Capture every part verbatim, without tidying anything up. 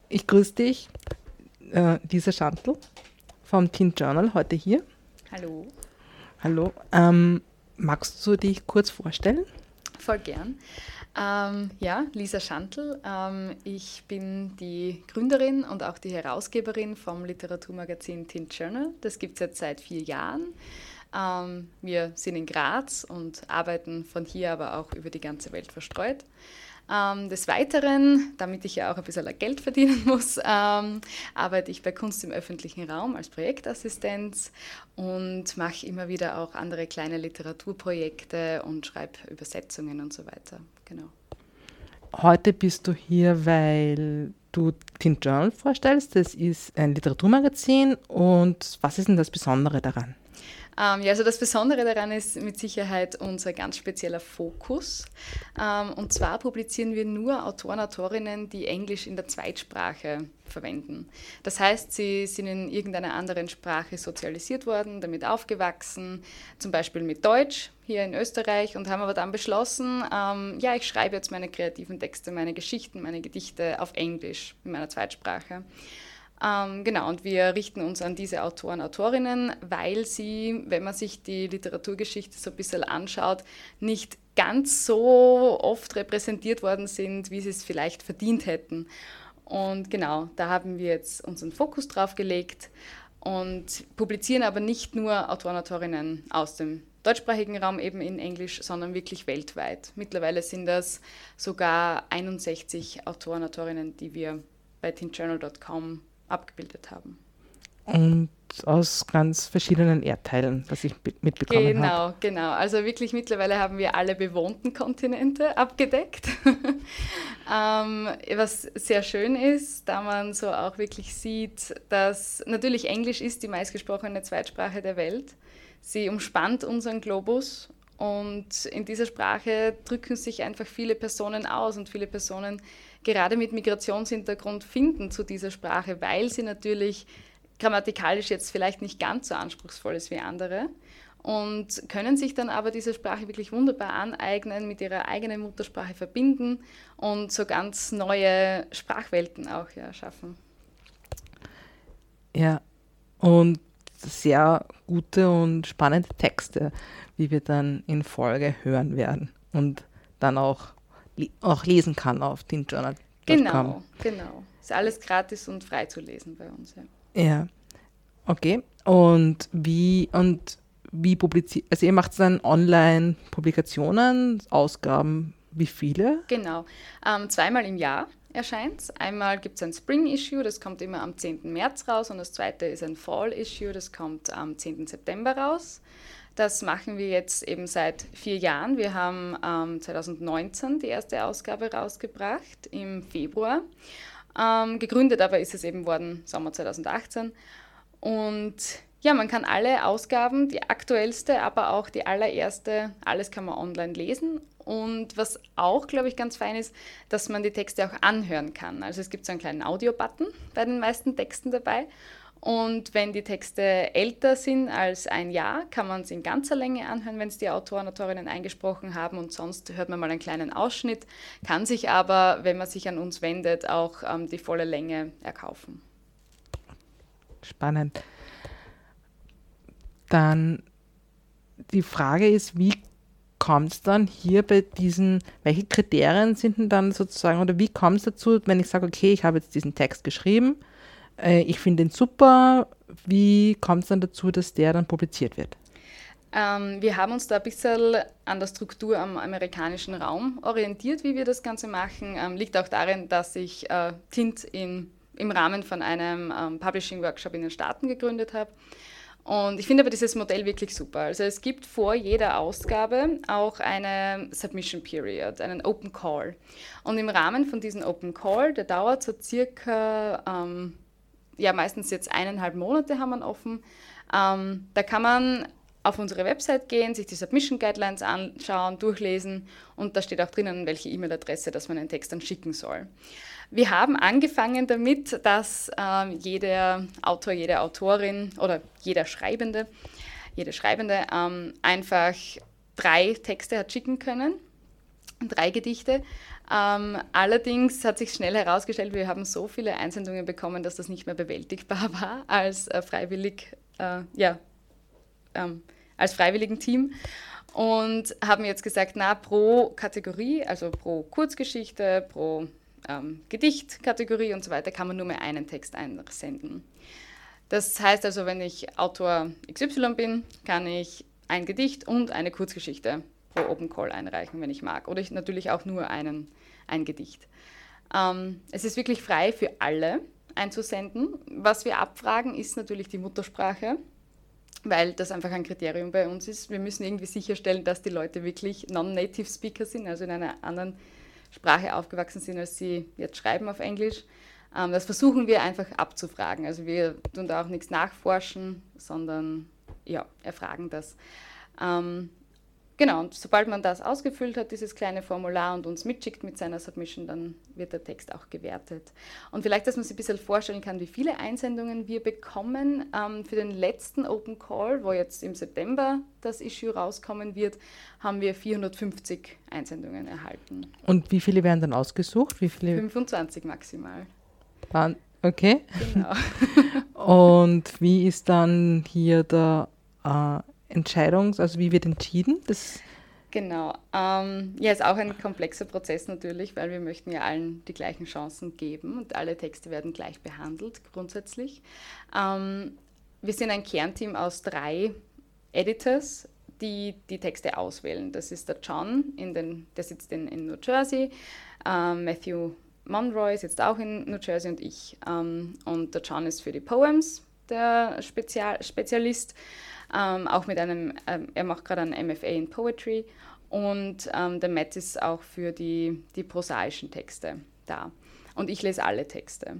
Ich grüße dich, äh, Lisa Schantl vom Teen Journal, heute hier. Hallo. Hallo. Ähm, magst du dich kurz vorstellen? Voll gern. Ähm, ja, Lisa Schantl. Ähm, ich bin die Gründerin und auch die Herausgeberin vom Literaturmagazin Teen Journal. Das gibt es jetzt seit vier Jahren. Ähm, wir sind in Graz und arbeiten von hier aber auch über die ganze Welt verstreut. Ähm, des Weiteren, damit ich ja auch ein bisschen Geld verdienen muss, ähm, arbeite ich bei Kunst im öffentlichen Raum als Projektassistenz und mache immer wieder auch andere kleine Literaturprojekte und schreibe Übersetzungen und so weiter. Genau. Heute bist du hier, weil du Teen Journal vorstellst. Das ist ein Literaturmagazin. Und was ist denn das Besondere daran? Ähm, ja, also das Besondere daran ist mit Sicherheit unser ganz spezieller Fokus. Ähm, und zwar publizieren wir nur Autoren, Autorinnen, die Englisch in der Zweitsprache verwenden. Das heißt, sie sind in irgendeiner anderen Sprache sozialisiert worden, damit aufgewachsen, zum Beispiel mit Deutsch hier in Österreich, und haben aber dann beschlossen, ähm, ja, ich schreibe jetzt meine kreativen Texte, meine Geschichten, meine Gedichte auf Englisch in meiner Zweitsprache. Ähm, genau, und wir richten uns an diese Autoren, Autorinnen, weil sie, wenn man sich die Literaturgeschichte so ein bisschen anschaut, nicht ganz so oft repräsentiert worden sind, wie sie es vielleicht verdient hätten. Und genau, da haben wir jetzt unseren Fokus drauf gelegt und publizieren aber nicht nur Autoren, Autorinnen aus dem deutschsprachigen Raum eben in Englisch, sondern wirklich weltweit. Mittlerweile sind das sogar einundsechzig Autoren, Autorinnen, die wir bei teen journal punkt com abgebildet haben. Und aus ganz verschiedenen Erdteilen, was ich mitbekommen genau, habe. Genau, genau. Also wirklich mittlerweile haben wir alle bewohnten Kontinente abgedeckt. ähm, was sehr schön ist, da man so auch wirklich sieht, dass natürlich Englisch ist die meistgesprochene Zweitsprache der Welt. Sie umspannt unseren Globus und in dieser Sprache drücken sich einfach viele Personen aus und viele Personen gerade mit Migrationshintergrund finden zu dieser Sprache, weil sie natürlich grammatikalisch jetzt vielleicht nicht ganz so anspruchsvoll ist wie andere und können sich dann aber diese Sprache wirklich wunderbar aneignen, mit ihrer eigenen Muttersprache verbinden und so ganz neue Sprachwelten auch ja, schaffen. Ja, und sehr gute und spannende Texte, wie wir dann in Folge hören werden und dann auch, auch lesen kann auf teen journal punkt com. Genau, genau. Ist alles gratis und frei zu lesen bei uns. Ja, ja. Okay. Und wie, und wie publiziert, also ihr macht dann Online-Publikationen, Ausgaben, wie viele? Genau, ähm, zweimal im Jahr erscheint es. Einmal gibt es ein Spring-Issue, das kommt immer am zehnten März raus, und das zweite ist ein Fall-Issue, das kommt am zehnten September raus. Das machen wir jetzt eben seit vier Jahren. Wir haben ähm, zwanzig neunzehn die erste Ausgabe rausgebracht, im Februar. Ähm, gegründet aber ist es eben worden Sommer zwanzig achtzehn. Und ja, man kann alle Ausgaben, die aktuellste, aber auch die allererste, alles kann man online lesen. Und was auch, glaube ich, ganz fein ist, dass man die Texte auch anhören kann. Also es gibt so einen kleinen Audio-Button bei den meisten Texten dabei. Und wenn die Texte älter sind als ein Jahr, kann man es in ganzer Länge anhören, wenn es die Autoren, Autorinnen eingesprochen haben. Und sonst hört man mal einen kleinen Ausschnitt, kann sich aber, wenn man sich an uns wendet, auch ähm, die volle Länge erkaufen. Spannend. Dann die Frage ist, wie kommt es dann hier bei diesen, welche Kriterien sind denn dann sozusagen, oder wie kommt es dazu, wenn ich sage, okay, ich habe jetzt diesen Text geschrieben, äh, ich finde ihn super, wie kommt es dann dazu, dass der dann publiziert wird? Ähm, wir haben uns da ein bisschen an der Struktur am amerikanischen Raum orientiert, wie wir das Ganze machen. Ähm, liegt auch darin, dass ich äh, Tint in, im Rahmen von einem ähm, Publishing-Workshop in den Staaten gegründet habe. Und ich finde aber dieses Modell wirklich super. Also es gibt vor jeder Ausgabe auch eine Submission Period, einen Open Call. Und im Rahmen von diesem Open Call, der dauert so circa, ähm, ja meistens jetzt eineinhalb Monate haben wir offen, ähm, da kann man auf unsere Website gehen, sich die Submission Guidelines anschauen, durchlesen, und da steht auch drinnen, welche E-Mail-Adresse, dass man den Text dann schicken soll. Wir haben angefangen damit, dass äh, jeder Autor, jede Autorin oder jeder Schreibende, jede Schreibende ähm, einfach drei Texte hat schicken können, drei Gedichte. Ähm, allerdings hat sich schnell herausgestellt, wir haben so viele Einsendungen bekommen, dass das nicht mehr bewältigbar war als äh, freiwillig, äh, ja, ähm, als freiwilligen Team und haben jetzt gesagt, na, pro Kategorie, also pro Kurzgeschichte, pro ähm, Gedichtkategorie und so weiter, kann man nur mehr einen Text einsenden. Das heißt also, wenn ich Autor X Y bin, kann ich ein Gedicht und eine Kurzgeschichte pro Open Call einreichen, wenn ich mag. Oder ich natürlich auch nur einen, ein Gedicht. Ähm, es ist wirklich frei für alle einzusenden. Was wir abfragen, ist natürlich die Muttersprache, weil das einfach ein Kriterium bei uns ist. Wir müssen irgendwie sicherstellen, dass die Leute wirklich Non-Native Speaker sind, also in einer anderen Sprache aufgewachsen sind, als sie jetzt schreiben auf Englisch. Ähm, das versuchen wir einfach abzufragen. Also wir tun da auch nichts nachforschen, sondern ja, erfragen das. Ähm, genau, und sobald man das ausgefüllt hat, dieses kleine Formular und uns mitschickt mit seiner Submission, dann wird der Text auch gewertet. Und vielleicht, dass man sich ein bisschen vorstellen kann, wie viele Einsendungen wir bekommen. Ähm, für den letzten Open Call, wo jetzt im September das Issue rauskommen wird, haben wir vierhundertfünfzig Einsendungen erhalten. Und wie viele werden dann ausgesucht? Wie viele? fünfundzwanzig maximal. Okay. Genau. Und wie ist dann hier der äh, Entscheidungs-, also wie wird entschieden? Das genau. Ähm, ja, ist auch ein komplexer Prozess natürlich, weil wir möchten ja allen die gleichen Chancen geben und alle Texte werden gleich behandelt, grundsätzlich. Ähm, wir sind ein Kernteam aus drei Editors, die die Texte auswählen. Das ist der John, in den, der sitzt in, in New Jersey, äh, Matthew Monroy sitzt auch in New Jersey und ich. Ähm, und der John ist für die Poems der Spezial Spezialist, ähm, auch mit einem, ähm, er macht gerade ein M F A in Poetry und ähm, der Matt ist auch für die, die prosaischen Texte da. Und ich lese alle Texte.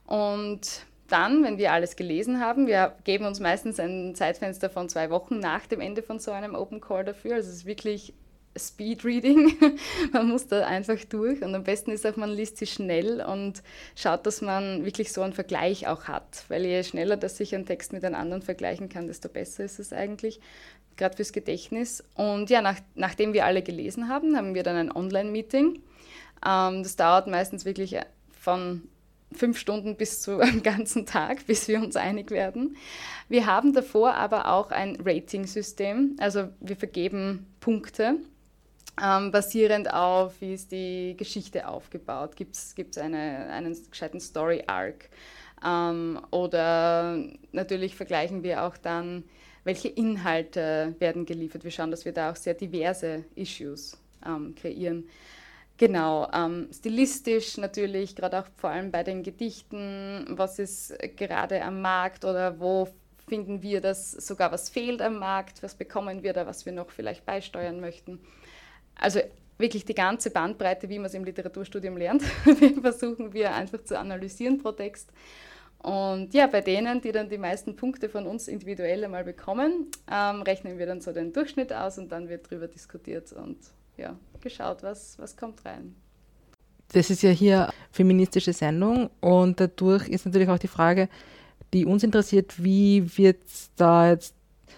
Und dann, wenn wir alles gelesen haben, wir geben uns meistens ein Zeitfenster von zwei Wochen nach dem Ende von so einem Open Call dafür, also es ist wirklich Speed-Reading, man muss da einfach durch und am besten ist auch, man liest sie schnell und schaut, dass man wirklich so einen Vergleich auch hat, weil je schneller, dass sich ein Text mit einem anderen vergleichen kann, desto besser ist es eigentlich, gerade fürs Gedächtnis. Und ja, nach, nachdem wir alle gelesen haben, haben wir dann ein Online-Meeting. Ähm, das dauert meistens wirklich von fünf Stunden bis zu einem ganzen Tag, bis wir uns einig werden. Wir haben davor aber auch ein Rating-System, also wir vergeben Punkte, Ähm, basierend auf, wie ist die Geschichte aufgebaut, gibt es eine, einen gescheiten Story-Arc ähm, oder natürlich vergleichen wir auch dann, welche Inhalte werden geliefert. Wir schauen, dass wir da auch sehr diverse Issues ähm, kreieren. Genau, ähm, stilistisch natürlich, gerade auch vor allem bei den Gedichten, was ist gerade am Markt oder wo finden wir, dass sogar was fehlt am Markt, was bekommen wir da, was wir noch vielleicht beisteuern möchten. Also wirklich die ganze Bandbreite, wie man es im Literaturstudium lernt, versuchen wir einfach zu analysieren pro Text. Und ja, bei denen, die dann die meisten Punkte von uns individuell einmal bekommen, ähm, rechnen wir dann so den Durchschnitt aus und dann wird darüber diskutiert und ja, geschaut, was, was kommt rein. Das ist ja hier eine feministische Sendung und dadurch ist natürlich auch die Frage, die uns interessiert, wie wird da jetzt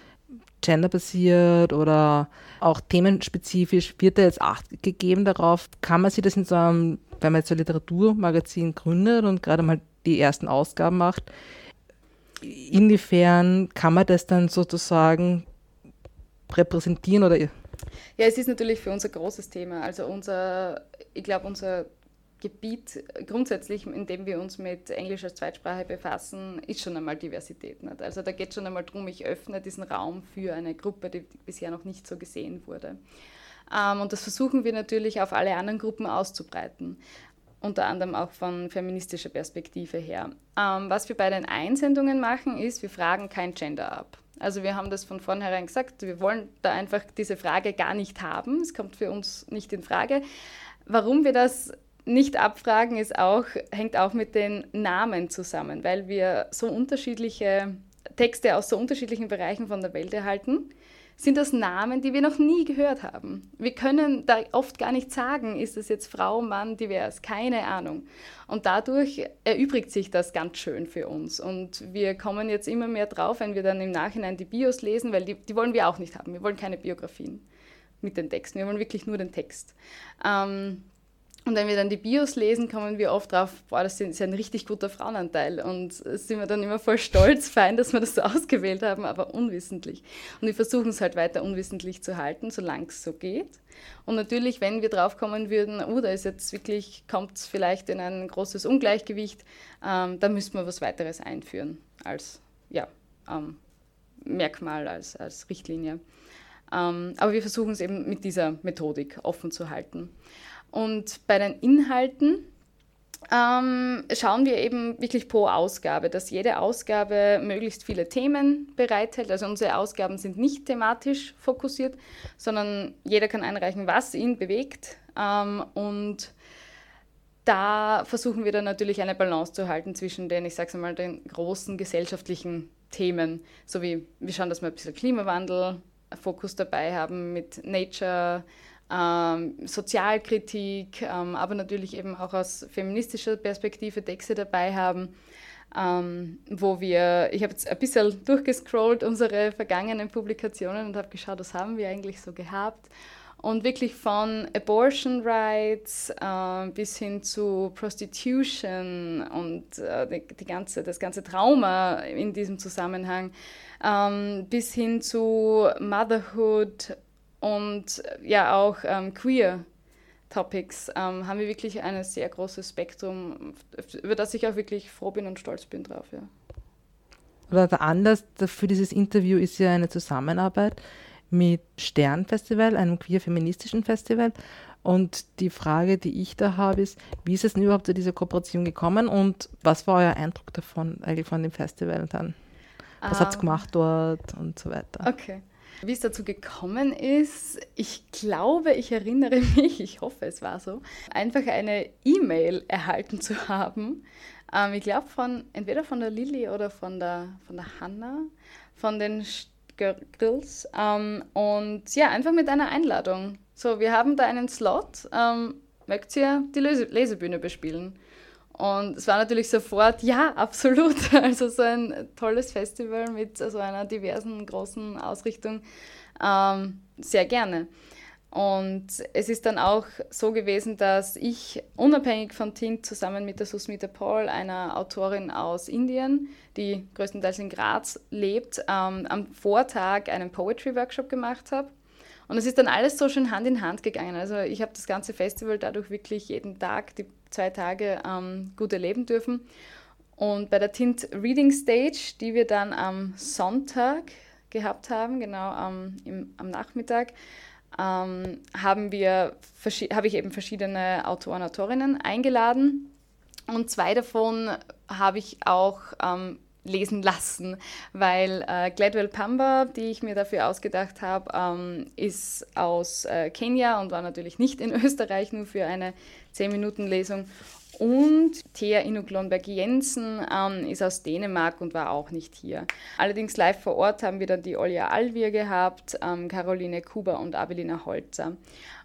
genderbasiert oder auch themenspezifisch, wird da jetzt Acht gegeben darauf? Kann man sich das in so einem, wenn man jetzt so ein Literaturmagazin gründet und gerade mal die ersten Ausgaben macht, inwiefern kann man das dann sozusagen repräsentieren oder? Ja, es ist natürlich für uns ein großes Thema. Also unser, ich glaube, unser Gebiet grundsätzlich, in dem wir uns mit Englisch als Zweitsprache befassen, ist schon einmal Diversität. Nicht? Also da geht es schon einmal darum, ich öffne diesen Raum für eine Gruppe, die bisher noch nicht so gesehen wurde. Ähm, und das versuchen wir natürlich auf alle anderen Gruppen auszubreiten, unter anderem auch von feministischer Perspektive her. Ähm, was wir bei den Einsendungen machen, ist, wir fragen kein Gender ab. Also wir haben das von vornherein gesagt, wir wollen da einfach diese Frage gar nicht haben, es kommt für uns nicht in Frage. Warum wir das nicht abfragen, ist auch, hängt auch mit den Namen zusammen, weil wir so unterschiedliche Texte aus so unterschiedlichen Bereichen von der Welt erhalten, sind das Namen, die wir noch nie gehört haben. Wir können da oft gar nicht sagen, ist das jetzt Frau, Mann, divers, keine Ahnung. Und dadurch erübrigt sich das ganz schön für uns. Und wir kommen jetzt immer mehr drauf, wenn wir dann im Nachhinein die Bios lesen, weil die, die wollen wir auch nicht haben. Wir wollen keine Biografien mit den Texten, wir wollen wirklich nur den Text. Ähm, Und wenn wir dann die Bios lesen, kommen wir oft drauf, boah, das ist ein richtig guter Frauenanteil. Und sind wir dann immer voll stolz, fein, dass wir das so ausgewählt haben, aber unwissentlich. Und wir versuchen es halt weiter unwissentlich zu halten, solange es so geht. Und natürlich, wenn wir drauf kommen würden, oh, da ist jetzt wirklich, kommt es vielleicht in ein großes Ungleichgewicht, ähm, dann müssten wir was weiteres einführen als ja, ähm, Merkmal, als, als Richtlinie. Ähm, aber wir versuchen es eben mit dieser Methodik offen zu halten. Und bei den Inhalten ähm, schauen wir eben wirklich pro Ausgabe, dass jede Ausgabe möglichst viele Themen bereithält. Also unsere Ausgaben sind nicht thematisch fokussiert, sondern jeder kann einreichen, was ihn bewegt. Ähm, und da versuchen wir dann natürlich eine Balance zu halten zwischen den, ich sage mal, den großen gesellschaftlichen Themen, so wie wir schauen, dass wir ein bisschen Klimawandel, Fokus dabei haben mit Nature, Ähm, Sozialkritik, ähm, aber natürlich eben auch aus feministischer Perspektive Texte dabei haben, ähm, wo wir, ich habe jetzt ein bisschen durchgescrollt, unsere vergangenen Publikationen und habe geschaut, was haben wir eigentlich so gehabt. Und wirklich von Abortion Rights äh, bis hin zu Prostitution und äh, die, die ganze, das ganze Trauma in diesem Zusammenhang, ähm, bis hin zu Motherhood, und ja auch ähm, Queer-Topics ähm, haben wir wirklich ein sehr großes Spektrum, über das ich auch wirklich froh bin und stolz bin drauf. Ja. Oder der Anlass für dieses Interview ist ja eine Zusammenarbeit mit Stern-Festival, einem queer-feministischen Festival. Und die Frage, die ich da habe, ist, wie ist es denn überhaupt zu dieser Kooperation gekommen und was war euer Eindruck davon, eigentlich von dem Festival dann? Was um, habt ihr gemacht dort und so weiter? Okay. Wie es dazu gekommen ist, ich glaube, ich erinnere mich, ich hoffe, es war so, einfach eine E-Mail erhalten zu haben. Ähm, ich glaube, von entweder von der Lilly oder von der, von der Hanna, von den Grills. Ähm, und ja, einfach mit einer Einladung. So, wir haben da einen Slot, ähm, mögt ihr die Lese- Lesebühne bespielen? Und es war natürlich sofort, ja, absolut. Also so ein tolles Festival mit so einer diversen, großen Ausrichtung. Ähm, sehr gerne. Und es ist dann auch so gewesen, dass ich unabhängig von Tint zusammen mit der Susmita Paul, einer Autorin aus Indien, die größtenteils in Graz lebt, ähm, am Vortag einen Poetry-Workshop gemacht habe. Und es ist dann alles so schön Hand in Hand gegangen. Also ich habe das ganze Festival dadurch wirklich jeden Tag, die zwei Tage ähm, gut erleben dürfen. Und bei der Tint Reading Stage, die wir dann am Sonntag gehabt haben, genau ähm, im, am Nachmittag, ähm, haben wir, habe ich eben verschiedene Autoren, Autorinnen eingeladen. Und zwei davon habe ich auch ähm, lesen lassen, weil äh, Gladwell Pamba, die ich mir dafür ausgedacht habe, ähm, ist aus äh, Kenia und war natürlich nicht in Österreich, nur für eine zehn Minuten Lesung. Und Thea Inuglonberg-Jensen ähm, ist aus Dänemark und war auch nicht hier. Allerdings live vor Ort haben wir dann die Olja Alvir gehabt, ähm, Caroline Kuber und Abelina Holzer.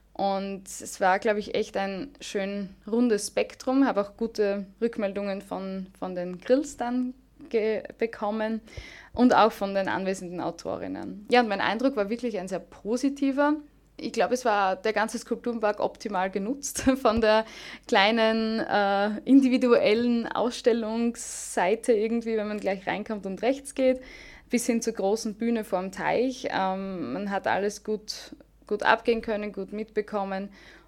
Und es war, glaube ich, echt ein schön rundes Spektrum, habe auch gute Rückmeldungen von, von den Grills dann ge- bekommen und auch von den anwesenden Autorinnen. Ja, und mein Eindruck war wirklich ein sehr positiver. Ich glaube, es war der ganze Skulpturenpark optimal genutzt, von der kleinen äh, individuellen Ausstellungsseite irgendwie, wenn man gleich reinkommt und rechts geht, bis hin zur großen Bühne vorm Teich. Ähm, man hat alles gut, gut abgehen können, gut mitbekommen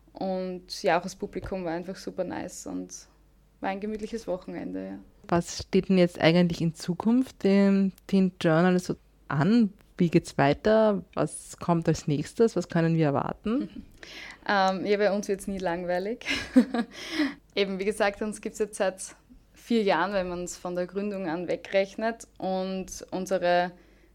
und ja, auch das Publikum war einfach super nice und war ein gemütliches Wochenende. Ja. Was steht denn jetzt eigentlich in Zukunft dem Tint Journal so an? Wie geht's weiter? Was kommt als nächstes? Was können wir erwarten? ähm, ja, bei uns wird es nie langweilig. Eben, wie gesagt, uns gibt es jetzt seit vier Jahren, wenn man es von der Gründung an wegrechnet. Und unsere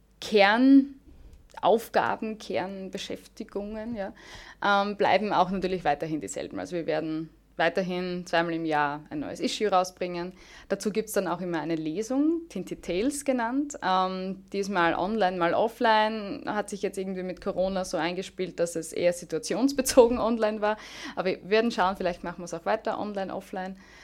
Kernaufgaben, Kernbeschäftigungen ja, ähm, bleiben auch natürlich weiterhin dieselben. Also wir werden weiterhin zweimal im Jahr ein neues Issue rausbringen. Dazu gibt es dann auch immer eine Lesung, Tinted Tales genannt. Ähm, diesmal online, mal offline. Hat sich jetzt irgendwie mit Corona so eingespielt, dass es eher situationsbezogen online war. Aber wir werden schauen, vielleicht machen wir es auch weiter, online, offline.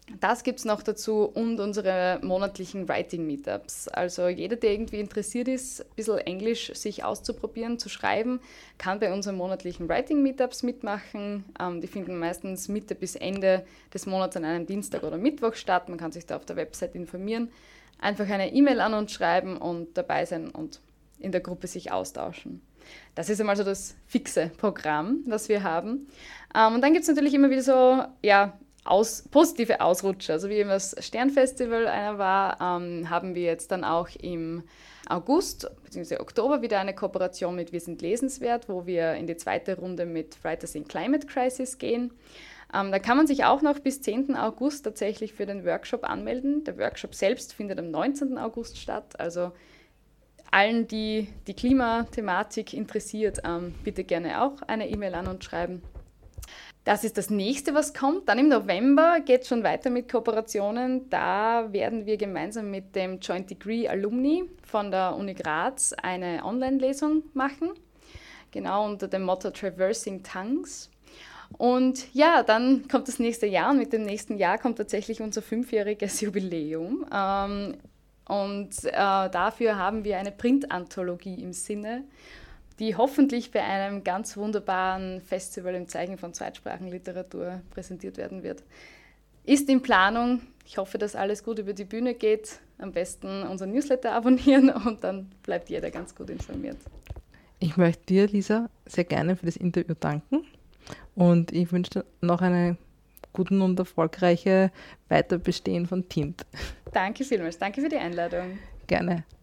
Das gibt es noch dazu und unsere monatlichen Writing-Meetups. Also jeder, der irgendwie interessiert ist, ein bisschen Englisch sich auszuprobieren, zu schreiben, kann bei unseren monatlichen Writing-Meetups mitmachen. Ähm, die finden meistens Mitte bis Ende des Monats an einem Dienstag oder Mittwoch statt. Man kann sich da auf der Website informieren. Einfach eine E-Mail an uns schreiben und dabei sein und in der Gruppe sich austauschen. Das ist einmal so das fixe Programm, was wir haben. Ähm, und dann gibt es natürlich immer wieder so, ja, Aus, positive Ausrutscher, also wie eben das Sternfestival einer war, ähm, haben wir jetzt dann auch im August bzw. Oktober wieder eine Kooperation mit Wir sind lesenswert, wo wir in die zweite Runde mit Writers in Climate Crisis gehen. Ähm, da kann man sich auch noch bis zehnten August tatsächlich für den Workshop anmelden. Der Workshop selbst findet am neunzehnten August statt, also allen, die die Klimathematik interessiert, ähm, bitte gerne auch eine E-Mail an uns schreiben. Das ist das nächste, was kommt. Dann im November geht es schon weiter mit Kooperationen. Da werden wir gemeinsam mit dem Joint Degree Alumni von der Uni Graz eine Online-Lesung machen. Genau unter dem Motto Traversing Tongues. Und ja, dann kommt das nächste Jahr und mit dem nächsten Jahr kommt tatsächlich unser fünfjähriges Jubiläum. Ähm, und äh, dafür haben wir eine Print-Anthologie im Sinne, die hoffentlich bei einem ganz wunderbaren Festival im Zeichen von Zweitsprachenliteratur präsentiert werden wird. Ist in Planung. Ich hoffe, dass alles gut über die Bühne geht. Am besten unseren Newsletter abonnieren und dann bleibt jeder ganz gut informiert. Ich möchte dir, Lisa, sehr gerne für das Interview danken und ich wünsche dir noch eine guten und erfolgreiche Weiterbestehen von Tint. Danke vielmals. Danke für die Einladung. Gerne.